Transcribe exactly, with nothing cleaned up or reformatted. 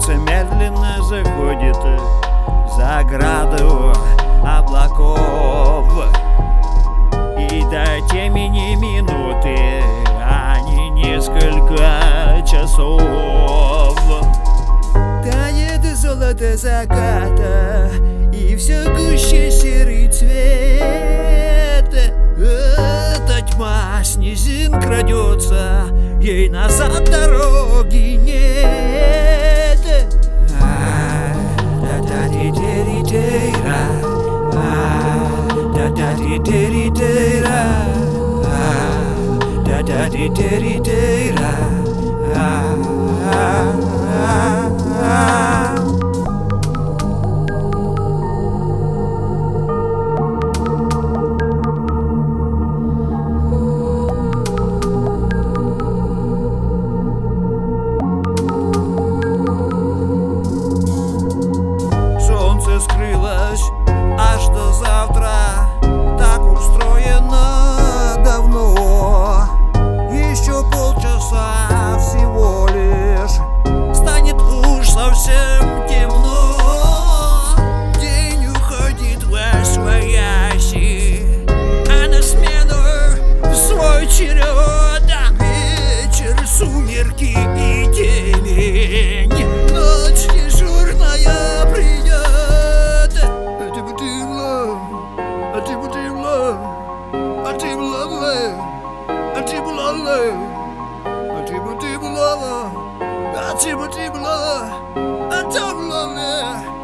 Солнце медленно заходит за граду облаков, и до темени минуты, а не несколько часов. Тает золото заката, и все гуще серый цвет. Эта тьма с низин крадется, ей назад дороги нет. Да-да-ди-ди-ди-ди-ра, да-да-ди-ди-ди-ди-ра, да-да-ди-ди-ди-ди-ра. Солнце скрылось аж до завтра, так устроено давно. Еще полчаса всего лишь, станет уж совсем темно. День уходит восвояси, а на смену в свой черед вечер, сумерки и темень. Ночь дежурная придет. Антибла, антибла, антибла, антибла, антибла.